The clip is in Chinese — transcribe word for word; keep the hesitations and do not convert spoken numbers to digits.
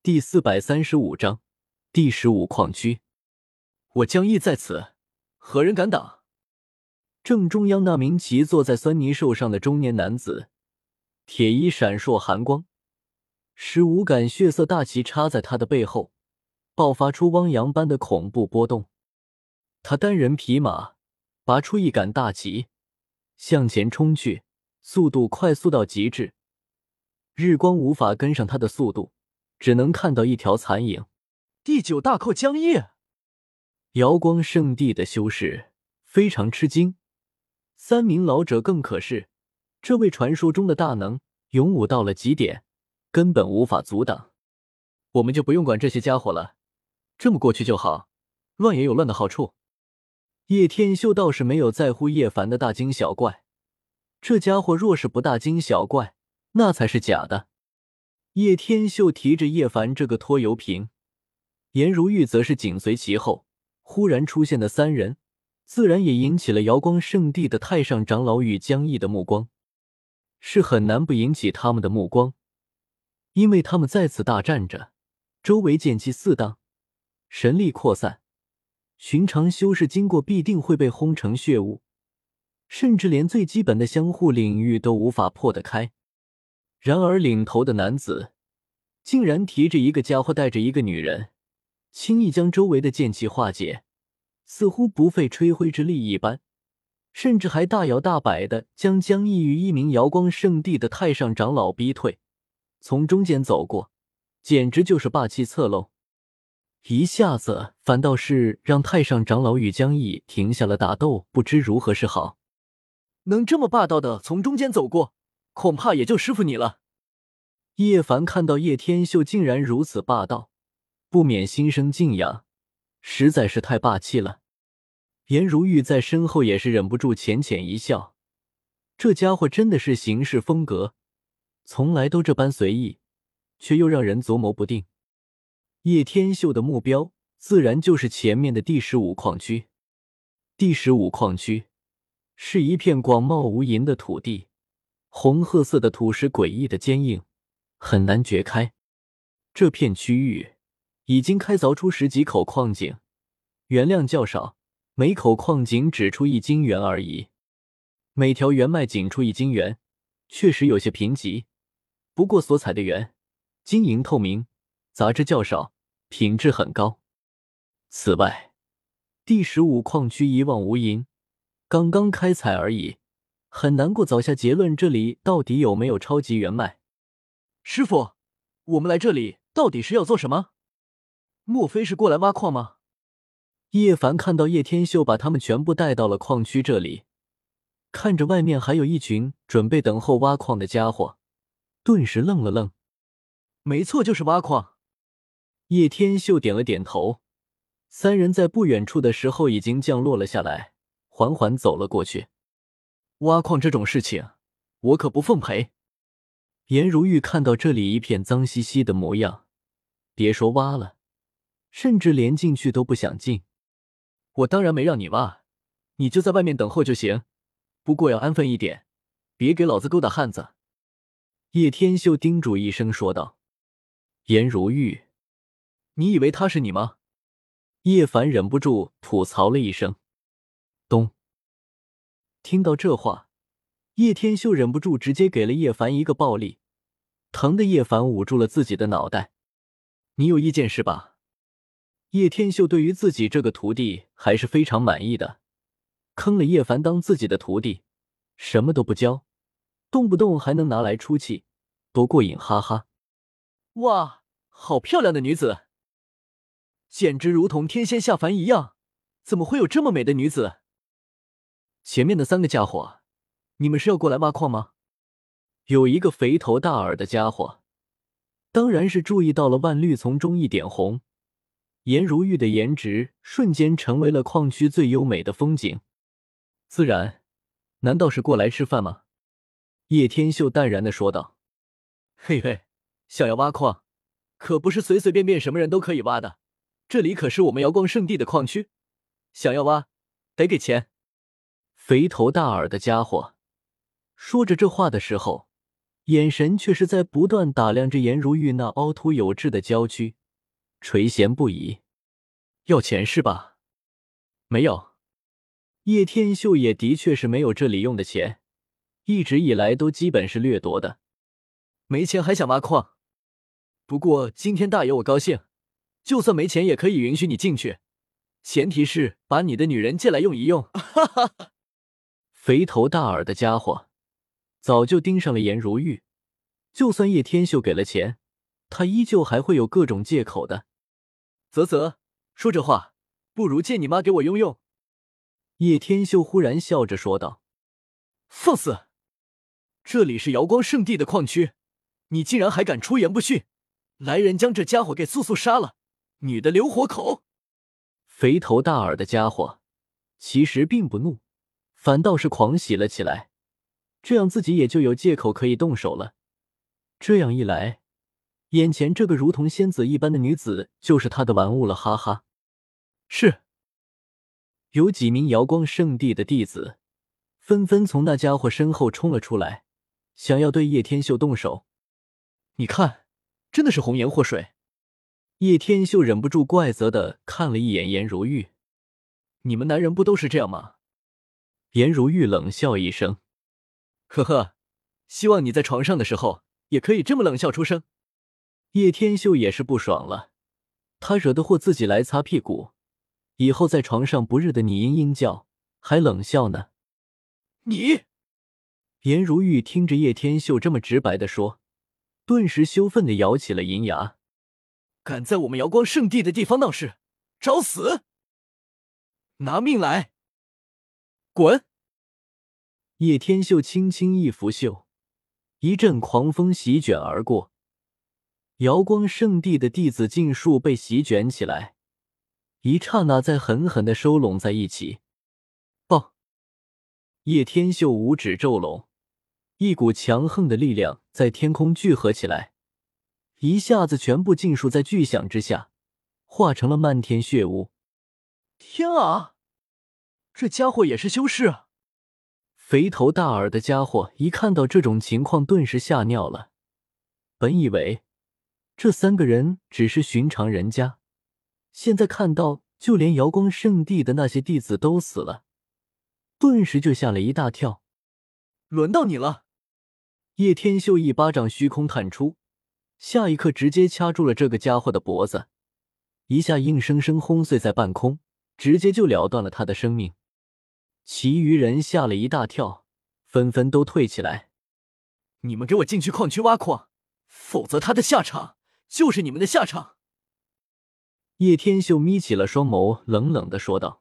第四百三十五章第十五矿区。我江毅在此，何人敢挡？正中央那名骑坐在酸泥兽上的中年男子，铁衣闪烁寒光，十五杆血色大旗插在他的背后，爆发出汪洋般的恐怖波动。他单人匹马，拔出一杆大旗，向前冲去，速度快速到极致，日光无法跟上他的速度，只能看到一条残影。 第九大寇江毅！ 瑶光圣地的修士非常吃惊，三名老者更可是，这位传说中的大能勇武到了极点，根本无法阻挡。我们就不用管这些家伙了，这么过去就好，乱也有乱的好处。叶天秀倒是没有在乎叶凡的大惊小怪，这家伙若是不大惊小怪，那才是假的。叶天秀提着叶凡这个拖油瓶，颜如玉则是紧随其后。忽然出现的三人，自然也引起了瑶光圣地的太上长老与江毅的目光。是很难不引起他们的目光，因为他们在此大战着，周围剑气四荡，神力扩散，寻常修士经过必定会被轰成血雾，甚至连最基本的相互领域都无法破得开。然而领头的男子竟然提着一个家伙带着一个女人，轻易将周围的剑气化解，似乎不费吹灰之力一般，甚至还大摇大摆地将江毅与一名瑶光圣地的太上长老逼退，从中间走过，简直就是霸气侧漏。一下子反倒是让太上长老与江毅停下了打斗，不知如何是好。 能这么霸道的从中间走过，恐怕也就师傅你了。 叶凡看到叶天秀竟然如此霸道，不免心生敬仰，实在是太霸气了。颜如玉在身后也是忍不住浅浅一笑，这家伙真的是行事风格，从来都这般随意，却又让人琢磨不定。叶天秀的目标自然就是前面的第十五矿区。第十五矿区是一片广袤无垠的土地，红褐色的土石诡异的坚硬，很难掘开。这片区域已经开凿出十几口矿井，原量较少，每口矿井只出一晶元而已。每条原脉仅出一晶元，确实有些贫瘠，不过所采的元晶莹透明，杂质较少，品质很高。此外，第十五矿区一望无垠，刚刚开采而已，很难过凿下结论这里到底有没有超级原脉。 师傅，我们来这里到底是要做什么？莫非是过来挖矿吗？ 叶凡看到叶天秀把他们全部带到了矿区这里，看着外面还有一群准备等候挖矿的家伙，顿时愣了愣。 没错，就是挖矿。 叶天秀点了点头，三人在不远处的时候已经降落了下来，缓缓走了过去。挖矿这种事情，我可不奉陪。颜如玉看到这里一片脏兮兮的模样，别说挖了，甚至连进去都不想进。我当然没让你挖，你就在外面等候就行，不过要安分一点，别给老子勾搭汉子。叶天秀叮嘱一声说道。颜如玉，你以为他是你吗？叶凡忍不住吐槽了一声。咚！听到这话，叶天秀忍不住直接给了叶凡一个暴力，疼得叶凡捂住了自己的脑袋。你有意见是吧？叶天秀对于自己这个徒弟还是非常满意的，坑了叶凡当自己的徒弟，什么都不教，动不动还能拿来出气，多过瘾，哈哈。 哇，好漂亮的女子，简直如同天仙下凡一样，怎么会有这么美的女子？ 前面的三个家伙，你们是要过来挖矿吗？有一个肥头大耳的家伙，当然是注意到了万绿丛中一点红，颜如玉的颜值瞬间成为了矿区最优美的风景。自然，难道是过来吃饭吗？叶天秀淡然地说道。嘿嘿，想要挖矿，可不是随随便便什么人都可以挖的，这里可是我们瑶光圣地的矿区，想要挖，得给钱。肥头大耳的家伙说着这话的时候， 眼神却是在不断打量着颜如玉那凹凸有致的娇躯，垂涎不已。 要钱是吧？没有。 叶天秀也的确是没有这里用的钱，一直以来都基本是掠夺的。 没钱还想挖矿？不过今天大爷我高兴，就算没钱也可以允许你进去，前提是把你的女人借来用一用。哈哈哈。 肥头大耳的家伙早就盯上了颜如玉，就算叶天秀给了钱，他依旧还会有各种借口的。 啧啧，说这话，不如借你妈给我用用。 叶天秀忽然笑着说道。 放肆！这里是瑶光圣地的矿区，你竟然还敢出言不逊！来人将这家伙给速速杀了，女的留活口！ 肥头大耳的家伙其实并不怒，反倒是狂喜了起来，这样自己也就有借口可以动手了。这样一来，眼前这个如同仙子一般的女子就是他的玩物了，哈哈。 是。 有几名瑶光圣地的弟子纷纷从那家伙身后冲了出来，想要对叶天秀动手。 你看，真的是红颜祸水。 叶天秀忍不住怪责地看了一眼颜如玉。 你们男人不都是这样吗？ 颜如玉冷笑一声。 呵呵，希望你在床上的时候也可以这么冷笑出声。 叶天秀也是不爽了，他惹的祸自己来擦屁股，以后在床上不日的你嘤嘤叫，还冷笑呢。 你！ 颜如玉听着叶天秀这么直白地说，顿时羞愤地咬起了银牙。 敢在我们瑶光圣地的地方闹事，找死！拿命来！滚！ 叶天秀轻轻一拂袖，一阵狂风席卷而过，瑶光圣地的弟子尽数被席卷起来，一刹那再狠狠地收拢在一起。爆！叶天秀五指骤拢，一股强横的力量在天空聚合起来，一下子全部尽数在巨响之下化成了漫天血雾。 天啊，这家伙也是修士啊！ 肥头大耳的家伙一看到这种情况顿时吓尿了，本以为这三个人只是寻常人家，现在看到就连瑶光圣地的那些弟子都死了，顿时就吓了一大跳。 轮到你了！ 叶天秀一巴掌虚空探出，下一刻直接掐住了这个家伙的脖子，一下硬生生轰碎在半空，直接就了断了他的生命。其余人吓了一大跳，纷纷都退起来。 你们给我进去矿区挖矿，否则他的下场就是你们的下场！ 叶天秀眯起了双眸，冷冷地说道。